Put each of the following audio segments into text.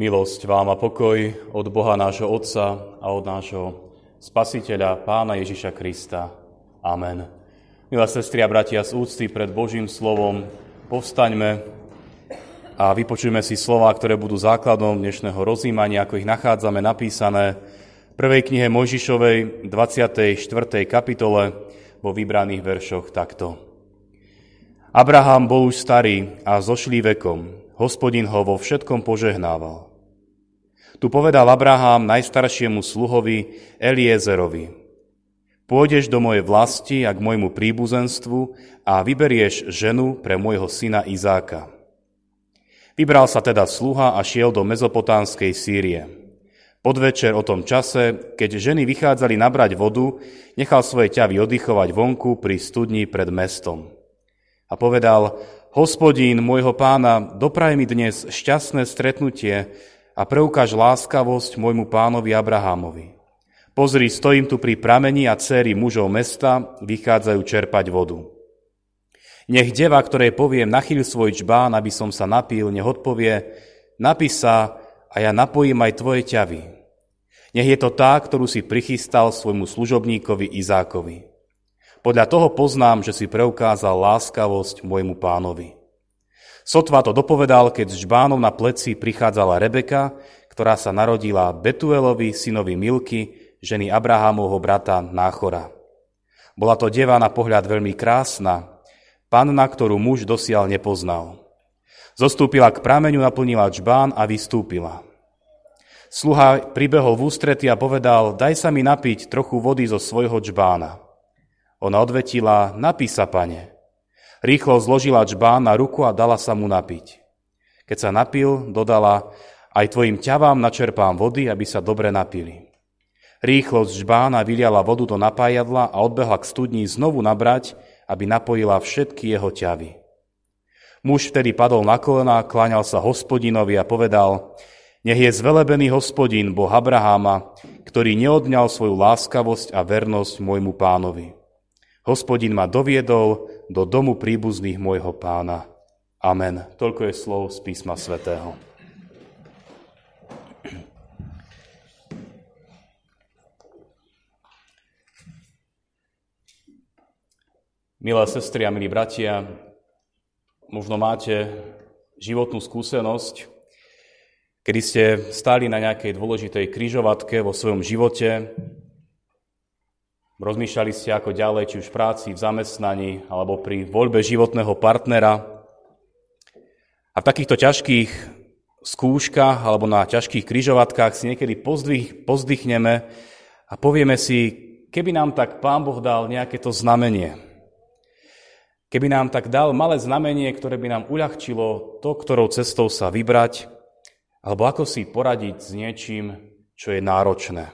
Milosť vám a pokoj od Boha nášho Otca a od nášho Spasiteľa, Pána Ježiša Krista. Amen. Milé sestry a bratia, z úcty pred Božím slovom povstaňme a vypočujme si slová, ktoré budú základom dnešného rozjímania, ako ich nachádzame napísané v prvej knihe Mojžišovej, 24. kapitole, vo vybraných veršoch takto. Abraham bol už starý a zošlý vekom. Hospodin ho vo všetkom požehnával. Tu povedal Abraham najstaršiemu sluhovi Eliezerovi: Pôjdeš do mojej vlasti a k môjmu príbuzenstvu a vyberieš ženu pre môjho syna Izáka. Vybral sa teda sluha a šiel do Mezopotánskej Sýrie. Podvečer o tom čase, keď ženy vychádzali nabrať vodu, nechal svoje ťavy oddychovať vonku pri studni pred mestom. A povedal: Hospodín môjho pána, dopraj mi dnes šťastné stretnutie a preukáž láskavosť môjmu pánovi Abrahamovi. Pozri, stojím tu pri prameni a dcéry mužov mesta vychádzajú čerpať vodu. Nech deva, ktorej poviem, nachyľ svoj džbán, aby som sa napil, nech odpovie: napí sa a ja napojím aj tvoje ťavy. Nech je to tá, ktorú si prichystal svojmu služobníkovi Izákovi. Podľa toho poznám, že si preukázal láskavosť môjmu pánovi. Sotva to dopovedal, keď s žbánom na pleci prichádzala Rebeka, ktorá sa narodila Betuelovi, synovi Milky, ženy Abrahámovho brata Náchora. Bola to deva na pohľad veľmi krásna, panna, ktorú muž dosiaľ nepoznal. Zostúpila k prameňu, naplnila džbán a vystúpila. Sluha pribehol v ústrety a povedal: Daj sa mi napiť trochu vody zo svojho džbána. Ona odvetila: Napí sa, pane. Rýchlo zložila džbán na ruku a dala sa mu napiť. Keď sa napil, dodala: Aj tvojim ťavám načerpám vody, aby sa dobre napili. Rýchlo z džbána vyliala vodu do napájadla a odbehla k studni znovu nabrať, aby napojila všetky jeho ťavy. Muž vtedy padol na kolená, kláňal sa Hospodinovi a povedal: Nech je zvelebený Hospodin, Boh Abraháma, ktorý neodňal svoju láskavosť a vernosť môjmu pánovi. Hospodin ma doviedol do domu príbuzných môjho pána. Amen. Toľko je slov z písma svätého. Milé sestry a milí bratia, možno máte životnú skúsenosť, kedy ste stáli na nejakej dôležitej križovatke vo svojom živote. Rozmýšľali ste ako ďalej, či už v práci, v zamestnaní, alebo pri voľbe životného partnera. A v takýchto ťažkých skúškach alebo na ťažkých križovatkách si niekedy pozdýchneme a povieme si, keby nám tak Pán Boh dal nejaké to znamenie. Keby nám tak dal malé znamenie, ktoré by nám uľahčilo to, ktorou cestou sa vybrať, alebo ako si poradiť s niečím, čo je náročné.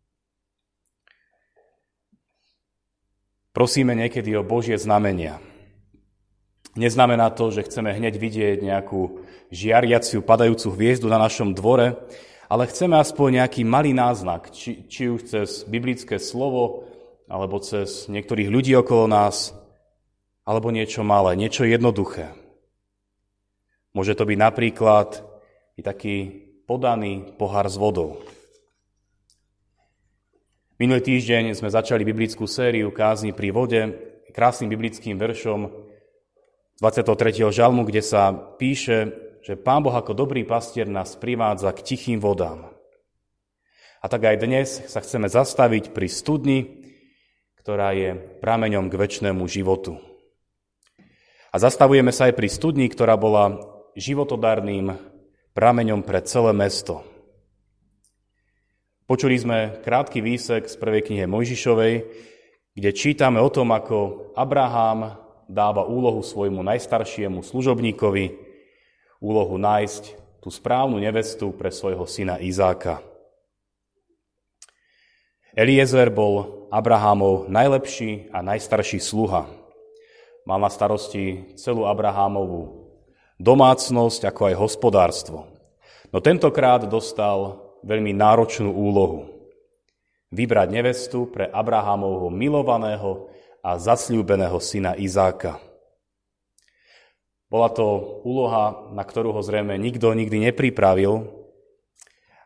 Prosíme niekedy o Božie znamenia. Neznamená to, že chceme hneď vidieť nejakú žiariaciu, padajúcu hviezdu na našom dvore, ale chceme aspoň nejaký malý náznak, či už cez biblické slovo, alebo cez niektorých ľudí okolo nás, alebo niečo malé, niečo jednoduché. Môže to byť napríklad i taký podaný pohár s vodou. Minulý týždeň sme začali biblickú sériu kázni pri vode krásnym biblickým veršom 23. žalmu, kde sa píše, že Pán Boh ako dobrý pastier nás privádza k tichým vodám. A tak aj dnes sa chceme zastaviť pri studni, ktorá je prameňom k večnému životu. A zastavujeme sa aj pri studni, ktorá bola životodárnym prameňom pre celé mesto. Počuli sme krátky výsek z prvej knihy Mojžišovej, kde čítame o tom, ako Abraham dáva úlohu svojmu najstaršiemu služobníkovi, úlohu nájsť tú správnu nevestu pre svojho syna Izáka. Eliezer bol Abrahamov najlepší a najstarší sluha. Mal na starosti celú Abrahamovú domácnosť, ako aj hospodárstvo. No tentokrát dostal veľmi náročnú úlohu. Vybrať nevestu pre Abrahamovho milovaného a zasľúbeného syna Izáka. Bola to úloha, na ktorú ho zrejme nikto nikdy nepripravil,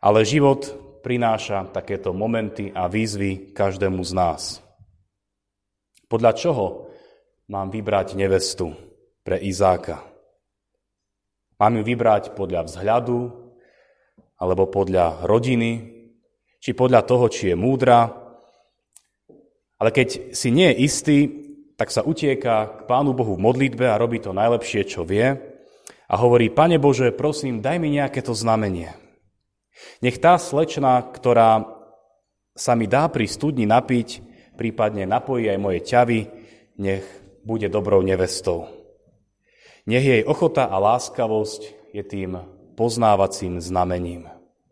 Ale život prináša takéto momenty a výzvy každému z nás. Podľa čoho mám vybrať nevestu pre Izáka? Mám ju vybrať podľa vzhľadu, alebo podľa rodiny, či podľa toho, či je múdra. Ale keď si nie je istý, tak sa utieka k Pánu Bohu v modlitbe a robí to najlepšie, čo vie. A hovorí: Pane Bože, prosím, daj mi nejaké to znamenie. Nech tá slečna, ktorá sa mi dá pri studni napiť, prípadne napojí aj moje ťavy, nech bude dobrou nevestou. Nech jej ochota a láskavosť je tým poznávacím znamením.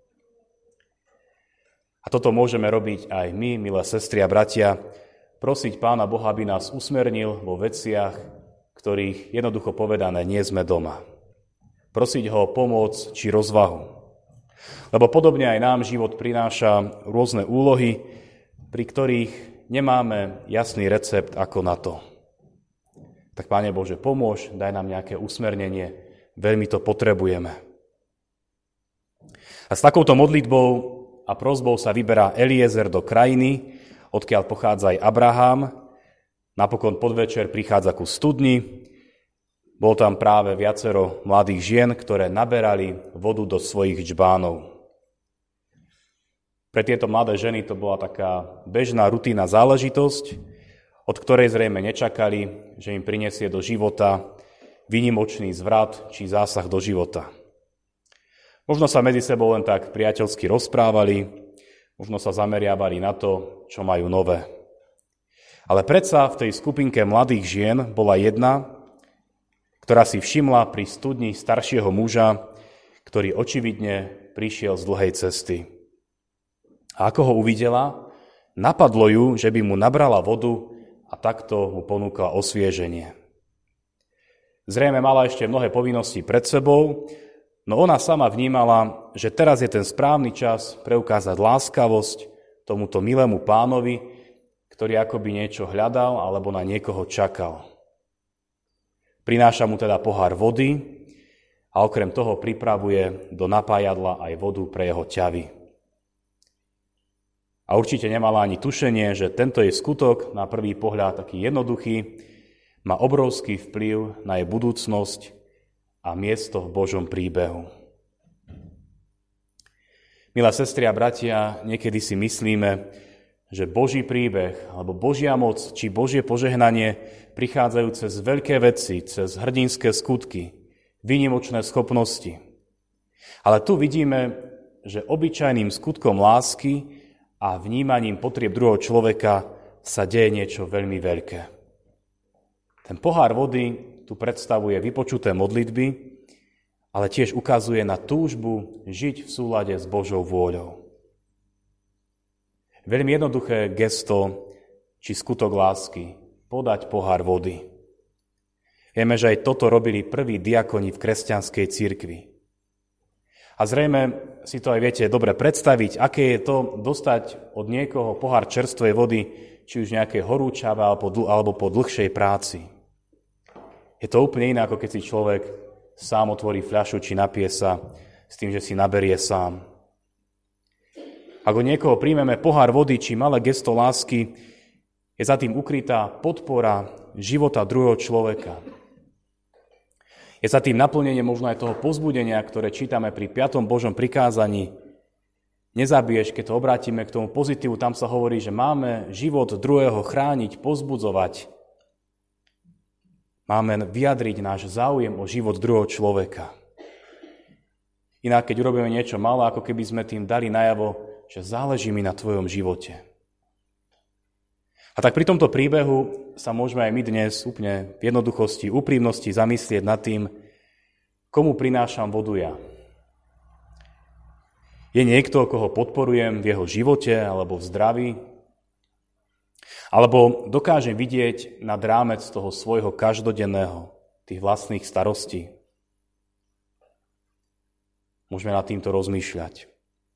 A toto môžeme robiť aj my, milé sestry a bratia, prosiť Pána Boha, aby nás usmernil vo veciach, ktorých jednoducho povedané nie sme doma. Prosiť ho o pomoc či rozvahu. Lebo podobne aj nám život prináša rôzne úlohy, pri ktorých nemáme jasný recept ako na to. Tak Pane Bože, pomôž, daj nám nejaké usmernenie, veľmi to potrebujeme. A s takouto modlitbou a prosbou sa vyberá Eliezer do krajiny, odkiaľ pochádza aj Abraham. Napokon podvečer prichádza ku studni. Bolo tam práve viacero mladých žien, ktoré naberali vodu do svojich džbánov. Pre tieto mladé ženy to bola taká bežná rutína záležitosť, od ktorej zrejme nečakali, že im prinesie do života výnimočný zvrat či zásah do života. Možno sa medzi sebou len tak priateľsky rozprávali, možno sa zameriavali na to, čo majú nové. Ale predsa v tej skupinke mladých žien bola jedna, ktorá si všimla pri studni staršieho muža, ktorý očividne prišiel z dlhej cesty. A ako ho uvidela, napadlo ju, že by mu nabrala vodu a takto mu ponúkla osvieženie. Zrejme mala ešte mnohé povinnosti pred sebou, no ona sama vnímala, že teraz je ten správny čas preukázať láskavosť tomuto milému pánovi, ktorý akoby niečo hľadal alebo na niekoho čakal. Prináša mu teda pohár vody a okrem toho pripravuje do napájadla aj vodu pre jeho ťavy. A určite nemala ani tušenie, že tento jej skutok, na prvý pohľad taký jednoduchý, má obrovský vplyv na jej budúcnosť a miesto v Božom príbehu. Milé sestry a bratia, niekedy si myslíme, že Boží príbeh, alebo Božia moc, či Božie požehnanie prichádzajú cez veľké veci, cez hrdinské skutky, výnimočné schopnosti. Ale tu vidíme, že obyčajným skutkom lásky a vnímaním potrieb druhého človeka sa deje niečo veľmi veľké. Ten pohár vody tu predstavuje vypočuté modlitby, ale tiež ukazuje na túžbu žiť v súlade s Božou vôľou. Veľmi jednoduché gesto či skutok lásky, podať pohár vody. Vieme, že aj toto robili prví diakoni v kresťanskej cirkvi. A zrejme si to aj viete dobre predstaviť, aké je to dostať od niekoho pohár čerstvej vody, či už nejaké horúčavé alebo po dlhšej práci. Je to úplne iné, ako keď si človek sám otvorí fľašu či napije sa s tým, že si naberie sám. Ak od niekoho príjmeme pohár vody či malé gesto lásky, je za tým ukrytá podpora života druhého človeka. Je za tým naplnenie možno aj toho povzbudenia, ktoré čítame pri 5. Božom prikázaní. Nezabiješ, keď to obrátime k tomu pozitívu, tam sa hovorí, že máme život druhého chrániť, povzbudzovať. Máme vyjadriť náš záujem o život druhého človeka. Inak, keď urobíme niečo malé, ako keby sme tým dali najavo, že záleží mi na tvojom živote. A tak pri tomto príbehu sa môžeme aj my dnes úplne v jednoduchosti, úprimnosti zamyslieť nad tým, komu prinášam vodu ja. Je niekto, koho podporujem v jeho živote alebo v zdraví? Alebo dokážem vidieť nad rámec toho svojho každodenného, tých vlastných starostí? Môžeme nad týmto rozmýšľať.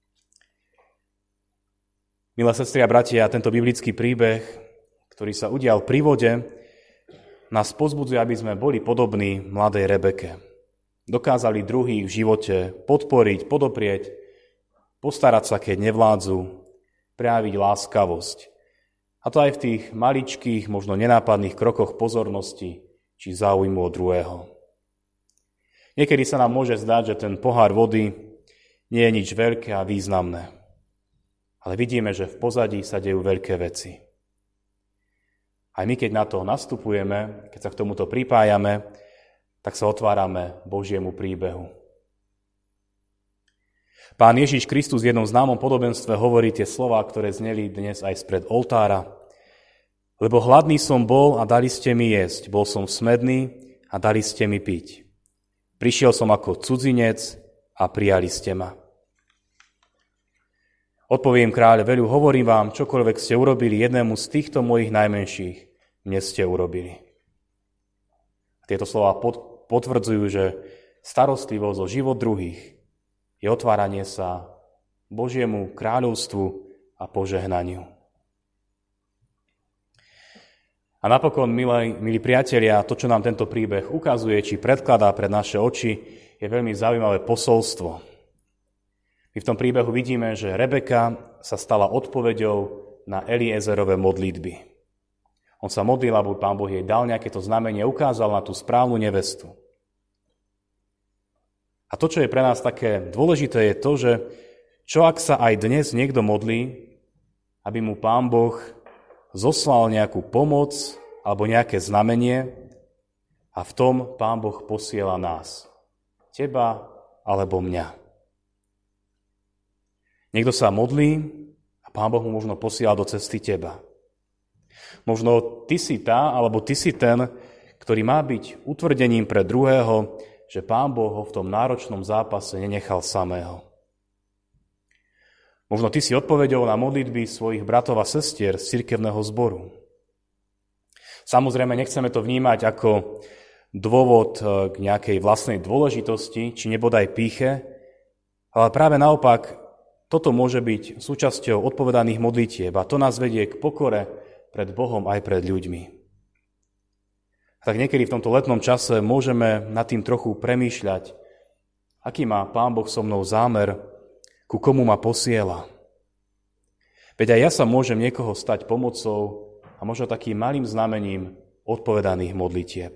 Milé sestry a bratia, tento biblický príbeh, ktorý sa udial pri vode, nás povzbudzuje, aby sme boli podobní mladej Rebeke. Dokázali druhých v živote podporiť, podoprieť, postarať sa, keď nevládzu, prejaviť láskavosť. A to aj v tých maličkých, možno nenápadných krokoch pozornosti či záujmu od druhého. Niekedy sa nám môže zdať, že ten pohár vody nie je nič veľké a významné. Ale vidíme, že v pozadí sa dejú veľké veci. Aj my, keď na to nastupujeme, keď sa k tomuto pripájame, tak sa otvárame Božiemu príbehu. Pán Ježiš Kristus v jednom známom podobenstve hovorí tie slová, ktoré zneli dnes aj spred oltára. Lebo hladný som bol a dali ste mi jesť, bol som smedný a dali ste mi piť. Prišiel som ako cudzinec a prijali ste ma. Odpoviem kráľ, veľu, hovorím vám, čokoľvek ste urobili jednému z týchto mojich najmenších, mne ste urobili. Tieto slova potvrdzujú, že starostlivosť o život druhých je otváranie sa Božiemu kráľovstvu a požehnaniu. A napokon, milí priatelia, to, čo nám tento príbeh ukazuje, či predkladá pred naše oči, je veľmi zaujímavé posolstvo. My v tom príbehu vidíme, že Rebeka sa stala odpoveďou na Eliezerove modlitby. On sa modlil, aby Pán Boh jej dal nejaké to znamenie, ukázal na tú správnu nevestu. A to, čo je pre nás také dôležité, je to, že čo ak sa aj dnes niekto modlí, aby mu Pán Boh zoslal nejakú pomoc alebo nejaké znamenie a v tom Pán Boh posiela nás. Teba alebo mňa. Niekto sa modlí a Pán Boh mu možno posiela do cesty teba. Možno ty si tá, alebo ty si ten, ktorý má byť utvrdením pre druhého, že Pán Boh ho v tom náročnom zápase nenechal samého. Možno ty si odpoveďou na modlitby svojich bratov a sestier z cirkevného zboru. Samozrejme, nechceme to vnímať ako dôvod k nejakej vlastnej dôležitosti, či nebodaj pýche, ale práve naopak, toto môže byť súčasťou odpovedaných modlitieb a to nás vedie k pokore pred Bohom aj pred ľuďmi. A tak niekedy v tomto letnom čase môžeme nad tým trochu premýšľať, aký má Pán Boh so mnou zámer, ku komu ma posiela. Veď aj ja sa môžem niekoho stať pomocou a možno takým malým znamením odpovedaných modlitieb.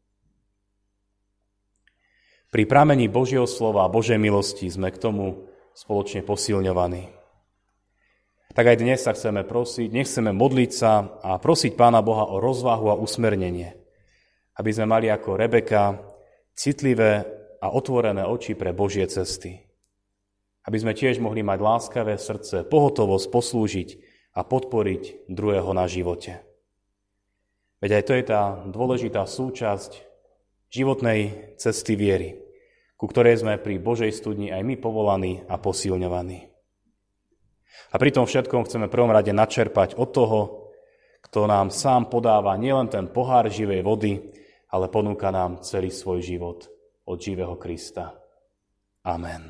Pri pramení Božieho slova a Božej milosti sme k tomu spoločne posilňovaní. Tak aj dnes sa chceme prosiť, nechceme modliť sa a prosiť Pána Boha o rozvahu a usmernenie, aby sme mali ako Rebeka citlivé a otvorené oči pre Božie cesty. Aby sme tiež mohli mať láskavé srdce, pohotovosť poslúžiť a podporiť druhého na živote. Veď aj to je tá dôležitá súčasť životnej cesty viery, ku ktorej sme pri Božej studni aj my povolaní a posilňovaní. A pri tom všetkom chceme prvom rade načerpať od toho, kto nám sám podáva nielen ten pohár živej vody, ale ponúka nám celý svoj život od živého Krista. Amen.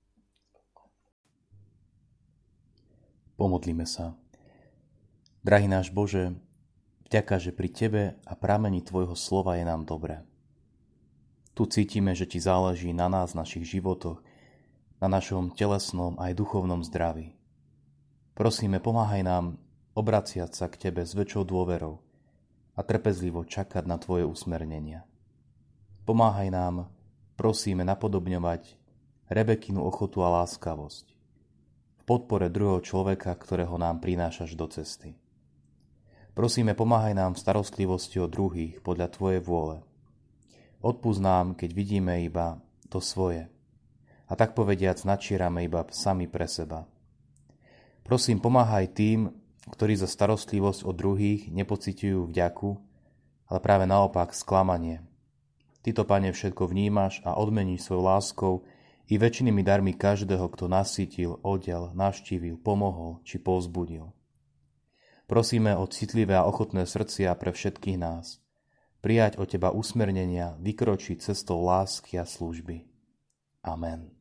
Pomodlíme sa. Drahý náš Bože, vďaka, že pri Tebe a pramení Tvojho slova je nám dobre. Tu cítime, že Ti záleží na nás, našich životoch, na našom telesnom aj duchovnom zdraví. Prosíme, pomáhaj nám obraciať sa k Tebe s väčšou dôverou a trpezlivo čakať na Tvoje usmernenia. Pomáhaj nám, prosíme, napodobňovať Rebekinu ochotu a láskavosť v podpore druhého človeka, ktorého nám prinášaš do cesty. Prosíme, pomáhaj nám v starostlivosti o druhých podľa Tvojej vôle. Odpusť nám, keď vidíme iba to svoje a tak povediac načírame iba sami pre seba. Prosím, pomáhaj tým, ktorí za starostlivosť o druhých nepociťujú vďaku, ale práve naopak sklamanie. Ty to, Pane, všetko vnímaš a odmeníš svojou láskou i väčšinými darmi každého, kto nasýtil, odial, navštívil, pomohol či povzbudil. Prosíme o citlivé a ochotné srdcia pre všetkých nás, prijať od Teba usmernenia, vykročiť cestou lásky a služby. Amen.